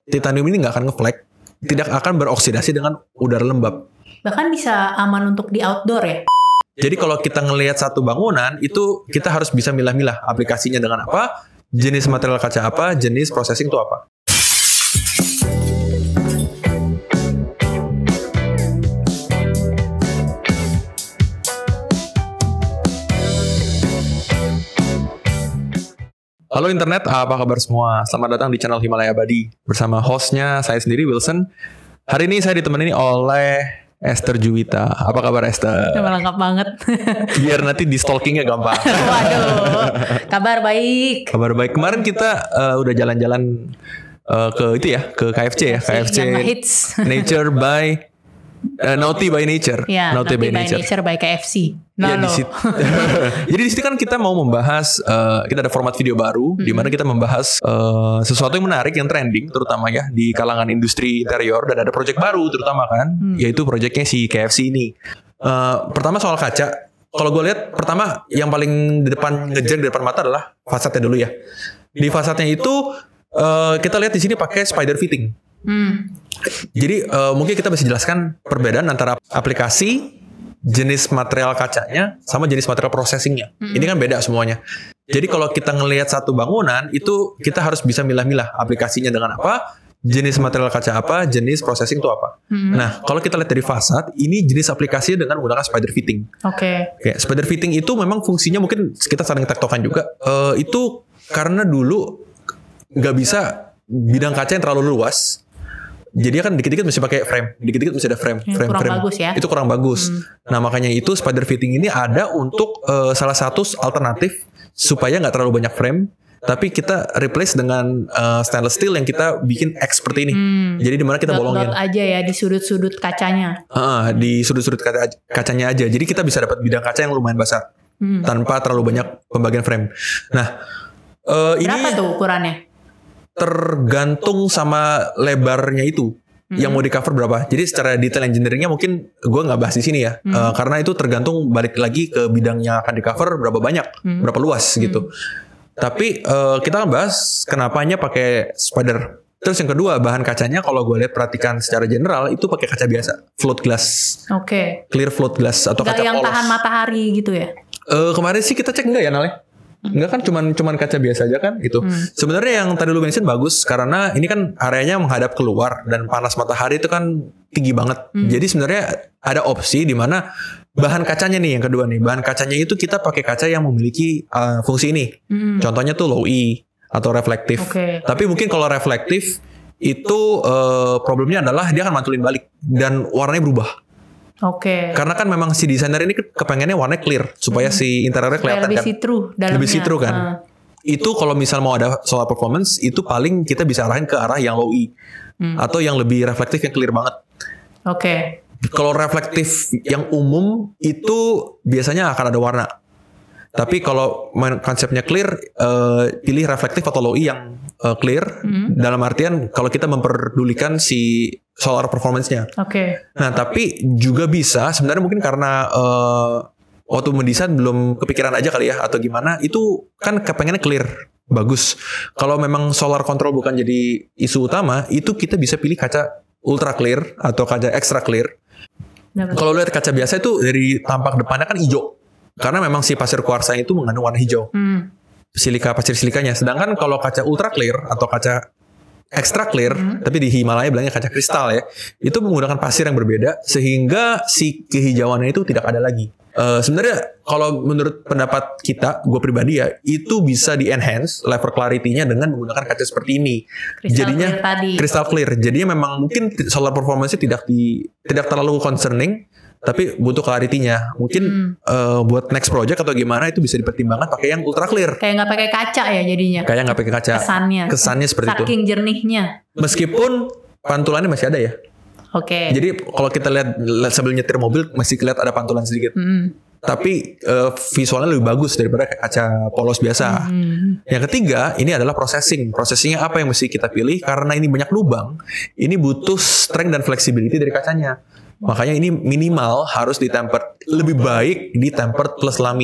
titanium ini nggak akan ngeflek, tidak akan beroksidasi dengan udara lembab. Bahkan bisa aman untuk di outdoor ya? Jadi kalau kita ngelihat satu bangunan, itu kita harus bisa milah-milah aplikasinya dengan apa, jenis material kaca apa, jenis processing itu apa. Halo internet, apa kabar semua? Selamat datang di channel Himalaya Abadi. Bersama hostnya saya sendiri, Wilson. Hari ini saya ditemani oleh Esther Juwita. Apa kabar Esther? Lengkap banget. Biar nanti di stalkingnya gampang. Waduh, kabar baik. Kabar baik. Kemarin kita udah jalan-jalan ke itu ya, ke KFC ya. KFC Nature by Naughty by Nature. Ya, Naughty by Nature by KFC. Ya, di situ. Jadi di situ kan kita mau membahas, kita ada format video baru di mana kita membahas sesuatu yang menarik, yang trending terutama ya di kalangan industri interior, dan ada project baru terutama kan, yaitu projectnya si KFC ini. Pertama soal kaca. Kalau gue lihat pertama yang paling di depan, ngejar di depan mata adalah fasadnya dulu ya. Di fasadnya itu kita lihat di sini pakai spider fitting. Jadi mungkin kita bisa jelaskan perbedaan antara aplikasi, jenis material kacanya, sama jenis material processingnya. Ini kan beda semuanya. Jadi kalau kita ngelihat satu bangunan, itu kita harus bisa milah-milah aplikasinya dengan apa, jenis material kaca apa, jenis processing itu apa. Nah, kalau kita lihat dari fasad, ini jenis aplikasinya dengan menggunakan spider fitting. Oke. Spider fitting itu memang fungsinya mungkin kita saling tektokan juga. Itu karena dulu nggak bisa bidang kaca yang terlalu luas. Jadi kan dikit-dikit mesti pakai frame, dikit-dikit mesti ada frame. Bagus ya. Itu kurang bagus. Nah makanya itu spider fitting ini ada untuk salah satu alternatif supaya nggak terlalu banyak frame, tapi kita replace dengan stainless steel yang kita bikin X seperti ini. Jadi dimana kita bolongin aja ya di sudut-sudut kacanya. Di sudut-sudut kacanya aja. Jadi kita bisa dapat bidang kaca yang lumayan besar tanpa terlalu banyak pembagian frame. Nah berapa tuh ukurannya? Tergantung sama lebarnya itu yang mau di cover berapa. Jadi secara detail engineeringnya mungkin gue nggak bahas di sini ya, karena itu tergantung balik lagi ke bidang yang akan di cover berapa banyak, berapa luas gitu. Tapi kita akan bahas kenapanya pakai spider. Terus yang kedua, bahan kacanya kalau gue lihat perhatikan secara general itu pakai kaca biasa, float glass. Oke. Clear float glass atau kaca yang polos. Tahan matahari gitu ya? Kemarin sih kita cek enggak ya Nale? Enggak kan, cuman kaca biasa aja kan gitu. Sebenarnya yang tadi lu mention bagus karena ini kan areanya menghadap keluar dan panas matahari itu kan tinggi banget. Jadi sebenarnya ada opsi di mana bahan kacanya nih yang kedua nih, bahan kacanya itu kita pakai kaca yang memiliki fungsi ini. Contohnya tuh low E atau reflektif. Tapi mungkin kalau reflektif itu problemnya adalah dia akan mantulin balik dan warnanya berubah. Karena kan memang si desainer ini kepengennya warnanya clear supaya si interiornya kelihatan lebih kan. Lebih see-through kan. Itu kalau misal mau ada solar performance itu paling kita bisa arahin ke arah yang low E atau yang lebih reflektif yang clear banget. Kalau reflektif yang umum itu biasanya akan ada warna. Tapi kalau konsepnya clear, pilih reflektif atau low E yang clear. Dalam artian kalau kita memperdulikan si solar performance-nya. Nah, tapi juga bisa sebenarnya mungkin karena waktu mendesain belum kepikiran aja kali ya atau gimana, itu kan kepengennya clear, bagus. Kalau memang solar control bukan jadi isu utama, itu kita bisa pilih kaca ultra clear atau kaca extra clear. Kalau lihat kaca biasa itu dari tampak depannya kan hijau. Karena memang si pasir kuarsa itu mengandung warna hijau. Pasir silikanya. Sedangkan kalau kaca ultra clear atau kaca extra clear, tapi di Himalaya bilangnya kaca kristal ya, itu menggunakan pasir yang berbeda sehingga si kehijauannya itu tidak ada lagi. Sebenarnya kalau menurut pendapat kita, gue pribadi ya, itu bisa di-enhance level clarity-nya dengan menggunakan kaca seperti ini. Jadinya crystal clear. Jadinya memang mungkin solar performance-nya tidak terlalu concerning, tapi butuh clarity-nya. Mungkin buat next project atau gimana itu bisa dipertimbangkan pakai yang ultra clear. Kayak nggak pakai kaca ya jadinya. Kayak nggak pakai kaca. Kesannya seperti itu. Saking jernihnya. Meskipun pantulannya masih ada ya. Jadi kalau kita lihat sambil nyetir mobil masih kelihatan ada pantulan sedikit. Tapi visualnya lebih bagus daripada kaca polos biasa. Yang ketiga ini adalah processing. Processingnya apa yang mesti kita pilih? Karena ini banyak lubang. Ini butuh strength dan flexibility dari kacanya. Makanya ini minimal harus di tempered. Lebih baik di tempered plus lami.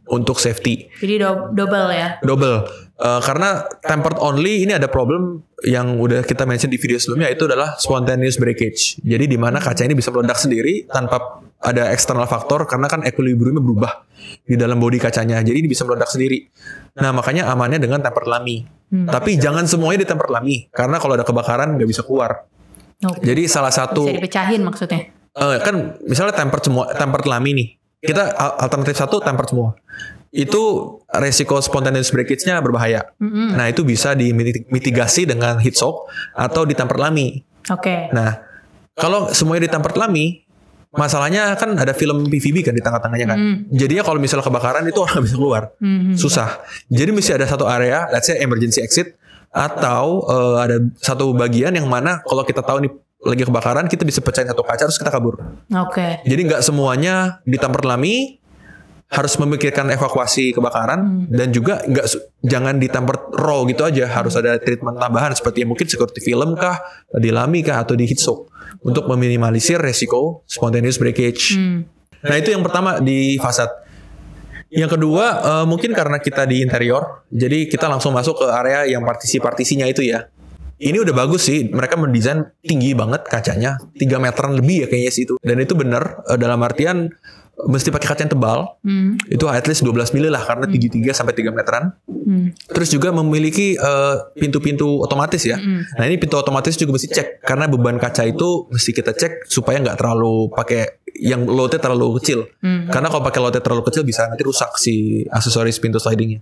untuk safety. Jadi double ya. Double. Karena tempered only ini ada problem yang udah kita mention di video sebelumnya, itu adalah spontaneous breakage. Jadi di mana kaca ini bisa meledak sendiri tanpa ada eksternal faktor, karena kan equilibriumnya berubah di dalam bodi kacanya. Jadi ini bisa meledak sendiri. Nah makanya amannya dengan tempered lami. Tapi jangan semuanya di tempered lami, karena kalau ada kebakaran nggak bisa keluar. Jadi salah satu bisa dipecahin maksudnya. Kan misalnya tempered lami nih. Kita alternatif satu tempered semua. Itu resiko spontaneous breakage-nya berbahaya. Nah itu bisa dimitigasi dengan heat soak atau di tempered lami. Nah kalau semuanya di tempered lami, masalahnya kan ada film PVB kan di tengah-tengahnya kan. Jadinya kalau misalnya kebakaran itu orang bisa keluar. Susah. Jadi mesti ada satu area, let's say emergency exit, atau ada satu bagian yang mana kalau kita tahu nih lagi kebakaran, kita bisa pecahin satu kaca terus kita kabur. Jadi nggak semuanya di tempered lami, harus memikirkan evakuasi kebakaran, dan juga jangan di tempered raw gitu aja, harus ada treatment tambahan seperti mungkin security film kah, di lami kah, atau di heat soak untuk meminimalisir resiko spontaneous breakage. Nah itu yang pertama di fasad. Yang kedua mungkin karena kita di interior, jadi kita langsung masuk ke area yang partisi-partisinya itu ya. Ini udah bagus sih, mereka mendesain tinggi banget kacanya, 3 meteran lebih ya kayaknya sih itu. Dan itu benar dalam artian mesti pakai kaca yang tebal. Itu at least 12 mili lah, karena tinggi 3 sampai 3 meteran. Terus juga memiliki pintu-pintu otomatis ya. Nah ini pintu otomatis juga mesti cek, karena beban kaca itu mesti kita cek supaya nggak terlalu pakai yang loadnya terlalu kecil. Karena kalau pakai loadnya terlalu kecil bisa nanti rusak si aksesoris pintu slidingnya.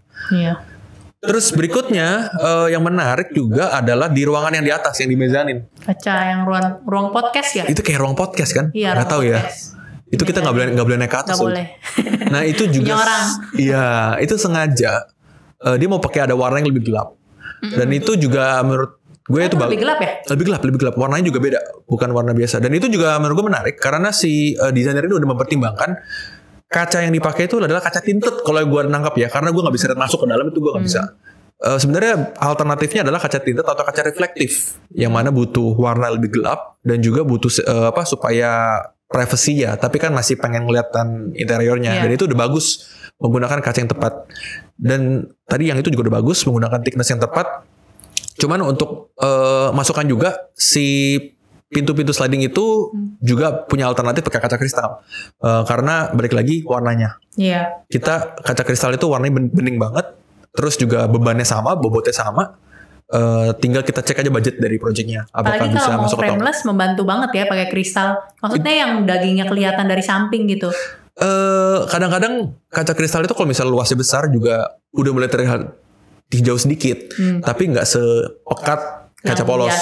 Terus berikutnya yang menarik juga adalah di ruangan yang di atas, yang di mezanin. Kaca yang ruang podcast ya? Itu kayak ruang podcast kan? Iya, nggak tahu ya. Itu kita nggak boleh naik ke atas. Nggak boleh. Nah itu juga. Iya, itu sengaja dia mau pakai ada warna yang lebih gelap. Dan itu juga menurut gue itu lebih gelap ya? Lebih gelap. Warnanya juga beda, bukan warna biasa. Dan itu juga menurut gue menarik karena si desainer ini udah mempertimbangkan kaca yang dipakai itu adalah kaca tinted kalau gue nangkap ya, karena gue nggak bisa masuk ke dalam, itu gue nggak bisa. Sebenarnya alternatifnya adalah kaca tinted atau kaca reflektif, yang mana butuh warna lebih gelap dan juga butuh supaya privacy ya, tapi kan masih pengen kelihatan interiornya. Dan itu udah bagus menggunakan kaca yang tepat. Dan tadi yang itu juga udah bagus menggunakan thickness yang tepat. Cuman untuk masukkan juga si pintu-pintu sliding itu juga punya alternatif pakai kaca kristal. Karena balik lagi warnanya. Kita kaca kristal itu warnanya bening banget. Terus juga bebannya sama, bobotnya sama. Tinggal kita cek aja budget dari projectnya. Apakah apalagi bisa kalau mau masuk frameless membantu banget ya pakai kristal. Maksudnya yang dagingnya kelihatan dari samping gitu. Kadang-kadang kaca kristal itu kalau misalnya luasnya besar juga udah mulai terlihat hijau sedikit. Tapi nggak sepekat kaca polos.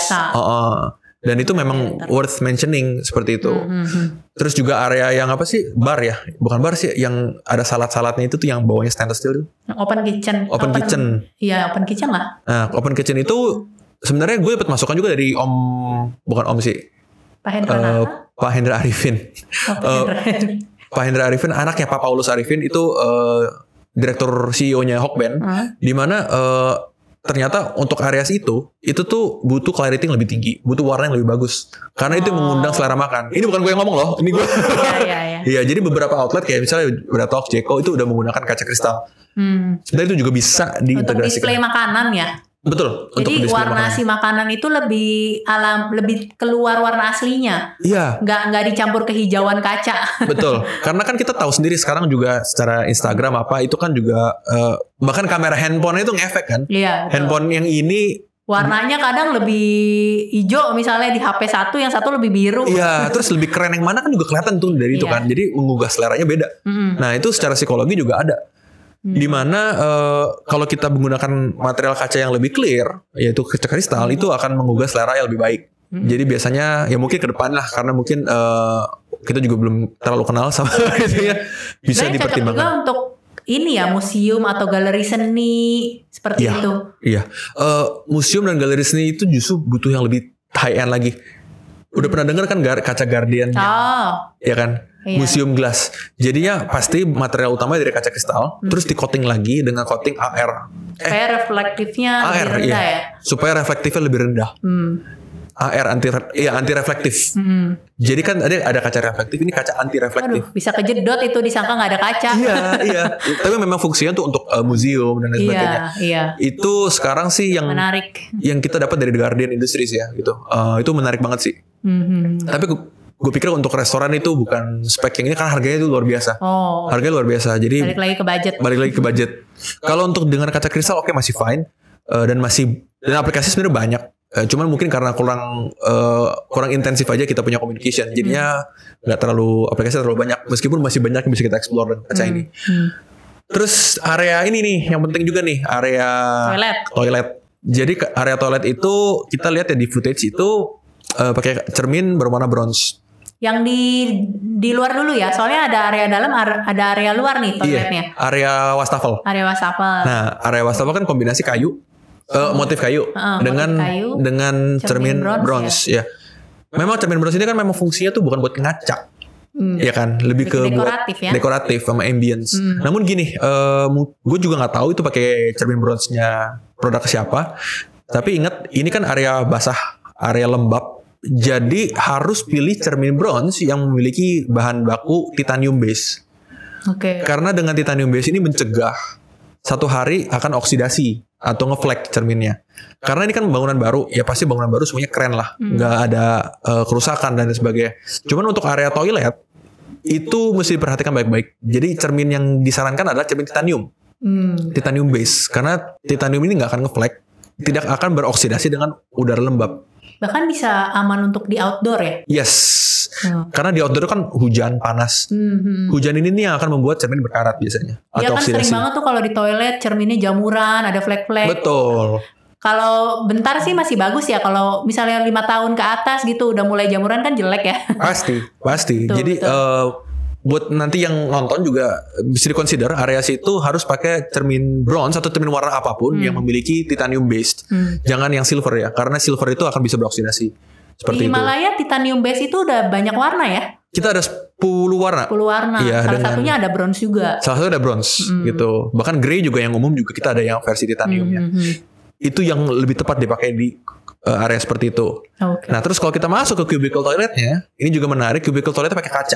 Dan itu memang worth mentioning seperti itu. Terus juga area yang apa sih, bar ya, bukan bar sih, yang ada salad-saladnya itu tuh yang bawahnya stainless steel. Open kitchen. Iya, open kitchen lah. Nah, open kitchen itu sebenarnya gue dapat masukan juga dari bukan om sih, Pak Hendra Arifin. Pak Hendra Arifin, anaknya Pak Paulus Arifin itu direktur CEO-nya Hokben, di mana ternyata untuk areas itu tuh butuh clarity yang lebih tinggi, butuh warna yang lebih bagus. Karena itu mengundang selera makan. Ini bukan gue yang ngomong loh, ini gue. Iya, jadi beberapa outlet kayak misalnya Bratok, Jeko itu udah menggunakan kaca kristal. Sebenarnya itu juga bisa diintegrasikan. Untuk display makanan ya. Betul. Jadi warna si makanan itu lebih lebih keluar warna aslinya. Iya. Nggak dicampur kehijauan kaca. Betul. Karena kan kita tahu sendiri sekarang juga secara Instagram itu kan juga bahkan kamera handphone itu ngefek kan. Iya. Handphone yang ini warnanya kadang lebih hijau misalnya di HP satu, yang satu lebih biru. Iya, terus lebih keren yang mana kan juga kelihatan tuh dari itu kan. Jadi menggugah seleranya beda. Nah itu secara psikologi juga ada. Dimana kalau kita menggunakan material kaca yang lebih clear, yaitu kaca kristal, itu akan menggugah selera yang lebih baik. Jadi biasanya ya mungkin ke depan lah, karena mungkin kita juga belum terlalu kenal sama itu ya, bisa dipertimbangkan. Cocok juga untuk ini ya, museum atau galeri seni seperti itu. Iya, museum dan galeri seni itu justru butuh yang lebih high end lagi. Udah pernah dengar kan kaca Guardian? Ya kan? Iya. Museum glass. Jadinya pasti material utamanya dari kaca kristal, terus di coating lagi dengan coating AR. Supaya reflektifnya lebih rendah ya. Supaya reflektifnya lebih rendah. AR anti reflektif. Jadi kan ada kaca reflektif, ini kaca anti reflektif. Aduh, bisa kejedot itu, disangka nggak ada kaca. Iya. Tapi memang fungsinya tuh untuk museum dan lain sebagainya. Iya. Itu sekarang sih yang menarik. Yang kita dapat dari The Guardian Industries ya gitu. Itu menarik banget sih. Tapi gue pikir untuk restoran itu bukan spek yang ini, karena harganya itu luar biasa. Harganya luar biasa. Jadi balik lagi ke budget. Kalau untuk dengan kaca kristal oke, masih fine. Dan aplikasi sebenarnya banyak. Cuman mungkin karena kurang intensif aja kita punya communication, jadinya nggak terlalu banyak, meskipun masih banyak yang bisa kita explore dengan kaca ini. Terus area ini nih yang penting juga nih, area toilet. Jadi area toilet itu kita lihat ya di footage itu pakai cermin berwarna bronze. Yang di luar dulu ya, soalnya ada area dalam, ada area luar nih toiletnya. Iya, area wastafel. Nah, area wastafel kan kombinasi kayu. Motif kayu dengan cermin bronze ya. Memang cermin bronze ini kan memang fungsinya tuh bukan buat ngaca, ya kan, lebih ke dekoratif sama ambience. Namun gini, gue juga nggak tahu itu pakai cermin bronze-nya produk siapa. Tapi ingat, ini kan area basah, area lembab. Jadi harus pilih cermin bronze yang memiliki bahan baku titanium base. Karena dengan titanium base ini mencegah 1 hari akan oksidasi atau ngeflek cerminnya. Karena ini kan bangunan baru, ya pasti bangunan baru semuanya keren lah, nggak ada kerusakan dan sebagainya. Cuman untuk area toilet itu mesti diperhatikan baik-baik. Jadi cermin yang disarankan adalah cermin titanium base, karena titanium ini nggak akan ngeflek, tidak akan beroksidasi dengan udara lembab. Bahkan bisa aman untuk di outdoor ya? Yes. Karena di outdoor kan hujan, panas. Hujan ini nih yang akan membuat cermin berkarat biasanya. Iya kan, oksidasi. Sering banget tuh kalau di toilet cerminnya jamuran, ada flek-flek. Betul. Kalau bentar sih masih bagus ya. Kalau misalnya 5 tahun ke atas gitu udah mulai jamuran kan jelek ya. Pasti. Jadi buat nanti yang nonton juga bisa dikonsider area situ harus pakai cermin bronze atau cermin warna apapun yang memiliki titanium based. Jangan yang silver ya, karena silver itu akan bisa beroksidasi. Seperti di Himalaya titanium base itu udah banyak warna ya? Kita ada 10 warna. 10 warna. Ya, salah satunya ada bronze juga. Salah satu ada bronze gitu. Bahkan grey juga yang umum juga kita ada yang versi titaniumnya. Itu yang lebih tepat dipakai di area seperti itu. Nah, terus kalau kita masuk ke cubicle toiletnya, ini juga menarik, cubicle toiletnya pakai kaca.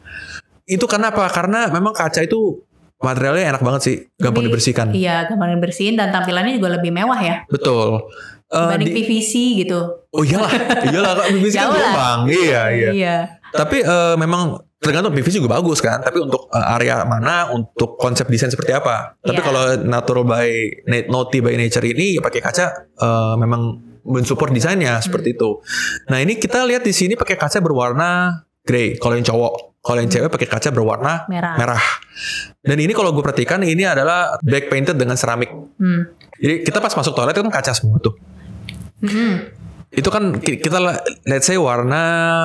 Itu kenapa? Karena memang kaca itu materialnya enak banget sih, gampang dibersihkan. Iya, gampang dibersihin dan tampilannya juga lebih mewah ya. Betul. Dibanding PVC gitu. Oh iyalah PVC kan gampang. Iya. Tapi memang tergantung, PVC juga bagus kan. Tapi untuk area mana, untuk konsep desain seperti apa. Tapi kalau natural naughty by nature ini ya pakai kaca, memang mensupport desainnya seperti itu. Nah ini kita lihat di sini pakai kaca berwarna grey kalau yang cowok. Kalau yang cewek pakai kaca berwarna merah. Dan ini kalau gue perhatikan ini adalah back painted dengan seramik. Jadi kita pas masuk toilet itu kan kaca semua tuh. Itu kan kita let's say warna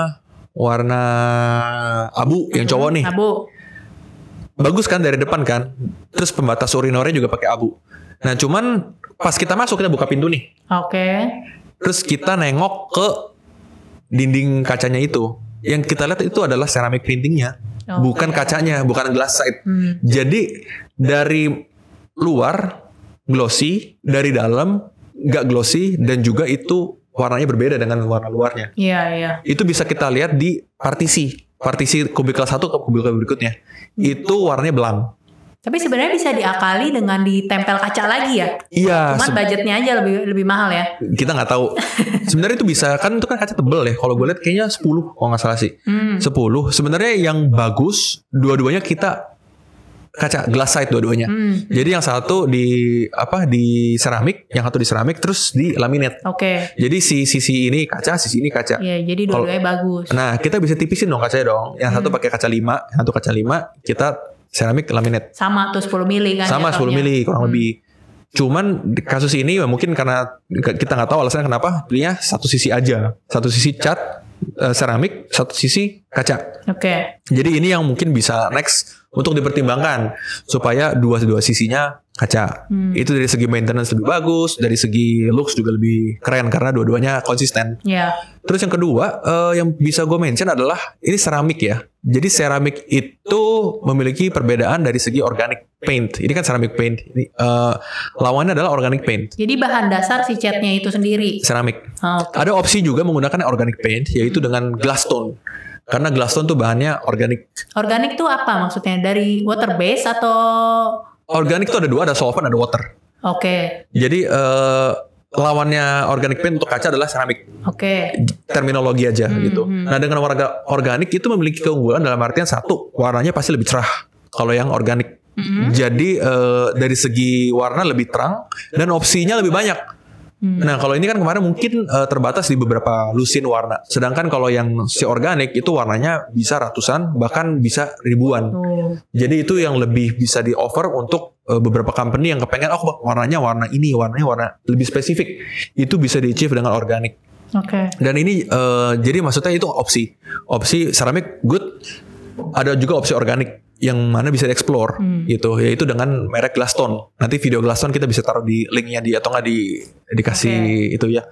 abu yang cowok nih. Abu. Bagus kan dari depan kan. Terus pembatas urinornya juga pakai abu. Nah cuman pas kita masuk kita buka pintu nih. Terus kita nengok ke dinding kacanya itu. Yang kita lihat itu adalah ceramic printingnya, bukan kacanya, bukan glass side. Jadi dari luar glossy, dari dalam nggak glossy, dan juga itu warnanya berbeda dengan warna luarnya. Iya. Itu bisa kita lihat di partisi kubikel 1 ke kubikel berikutnya. Itu warnanya belang. Tapi sebenarnya bisa diakali dengan ditempel kaca lagi ya? Iya. Cuman budgetnya aja lebih mahal ya? Kita nggak tahu. Sebenarnya itu bisa, kan itu kan kaca tebel ya. Kalau gue lihat kayaknya 10 kalau nggak salah sih. 10. Sebenarnya yang bagus dua-duanya kita kaca glass side dua-duanya. Jadi yang satu di seramik, yang satu di seramik, terus di laminate. Jadi sisi ini kaca, sisi ini kaca. Iya, jadi dua-duanya bagus. Nah, kita bisa tipisin dong kacanya dong. Yang satu pakai kaca 5, yang satu kaca 5, kita seramik laminate. Sama tuh 10 mili kan. Sama 10 mili kurang lebih. Cuman di kasus ini ya mungkin karena kita nggak tahu alasannya kenapa pilihnya satu sisi aja. Satu sisi cat seramik, satu sisi kaca. Jadi ini yang mungkin bisa next untuk dipertimbangkan supaya dua sisinya kaca. Itu dari segi maintenance lebih bagus, dari segi looks juga lebih keren karena dua-duanya konsisten. Terus yang kedua yang bisa gue mention adalah ini seramik ya. Jadi seramik itu memiliki perbedaan dari segi organic paint. Ini kan ceramic paint. Ini lawannya adalah organic paint. Jadi bahan dasar si catnya itu sendiri seramik. Ada opsi juga menggunakan organic paint yaitu dengan glass tone. Karena glass tone tuh bahannya organik. Organik tuh apa maksudnya? Dari water base atau? Organik tuh ada dua, ada solvent, ada water. Jadi lawannya organic paint untuk kaca adalah seramik. Terminologi aja gitu. Nah dengan warna organik itu memiliki keunggulan dalam artian satu, warnanya pasti lebih cerah kalau yang organik. Jadi dari segi warna lebih terang dan opsinya lebih banyak. Nah kalau ini kan kemarin mungkin terbatas di beberapa lusin warna. Sedangkan kalau yang si organik itu warnanya bisa ratusan bahkan bisa ribuan. Jadi itu yang lebih bisa di offer untuk beberapa company yang kepengen warnanya warna ini, warnanya warna lebih spesifik. Itu bisa di achieve dengan organik. Dan ini jadi maksudnya itu opsi ceramic good. Ada juga opsi organik yang mana bisa di-explore gitu, yaitu dengan merek Glasstone. Nanti video Glasstone kita bisa taruh di linknya atau nggak dikasih itu ya.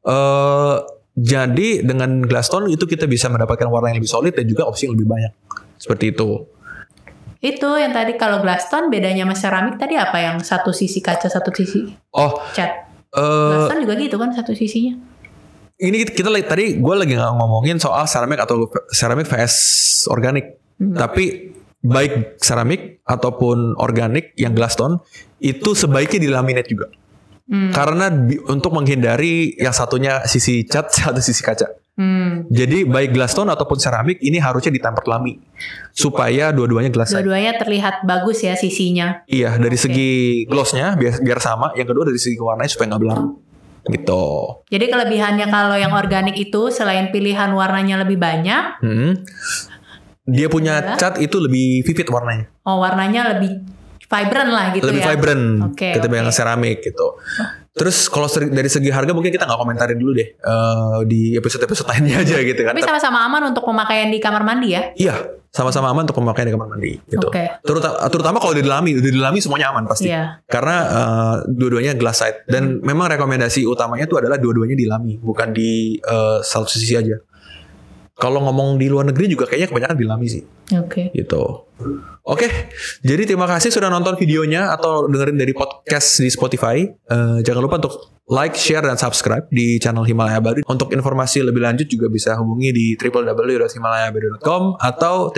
Jadi dengan Glasstone itu kita bisa mendapatkan warna yang lebih solid dan juga opsi yang lebih banyak. Seperti itu. Itu yang tadi kalau Glasstone bedanya sama seramik tadi apa? Yang satu sisi kaca, satu sisi cat. Glasstone juga gitu kan satu sisinya. Ini kita tadi gue lagi nggak ngomongin soal seramik atau seramik vs organik. Tapi baik seramik ataupun organik yang Glasstone itu sebaiknya dilaminate juga. Karena untuk menghindari yang satunya sisi cat, satu sisi kaca. Jadi baik Glasstone ataupun seramik ini harusnya ditempered lami supaya dua-duanya glassite. Dua-duanya terlihat bagus ya sisinya. Iya, dari segi glossnya biar sama. Yang kedua dari segi warnanya supaya nggak belang. Gitu. Jadi kelebihannya kalau yang organik itu selain pilihan warnanya lebih banyak, dia punya cat itu lebih vivid warnanya. Warnanya lebih vibrant lah gitu lebih ya. Lebih vibrant ketimbang seramik gitu. Terus kalau dari segi harga mungkin kita nggak komentarin dulu deh di episode-episode lainnya aja gitu kan. Tapi sama-sama aman untuk pemakaian di kamar mandi ya? Iya, sama-sama aman untuk pemakaian di kamar mandi gitu. Terutama kalau dilami semuanya aman pasti. Karena dua-duanya glassite dan memang rekomendasi utamanya itu adalah dua-duanya dilami, bukan di satu sisi aja. Kalau ngomong di luar negeri juga kayaknya kebanyakan dilami sih. Gitu. Jadi terima kasih sudah nonton videonya atau dengerin dari podcast di Spotify. Jangan lupa untuk like, share, dan subscribe di channel Himalaya Baru. Untuk informasi lebih lanjut juga bisa hubungi di www.himalayabaru.com atau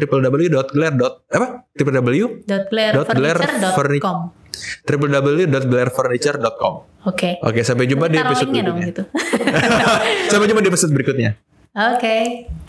www.glare.furniture.com www.glarefurniture.com. Oke, sampai jumpa di episode berikutnya. Sampai jumpa di episode berikutnya.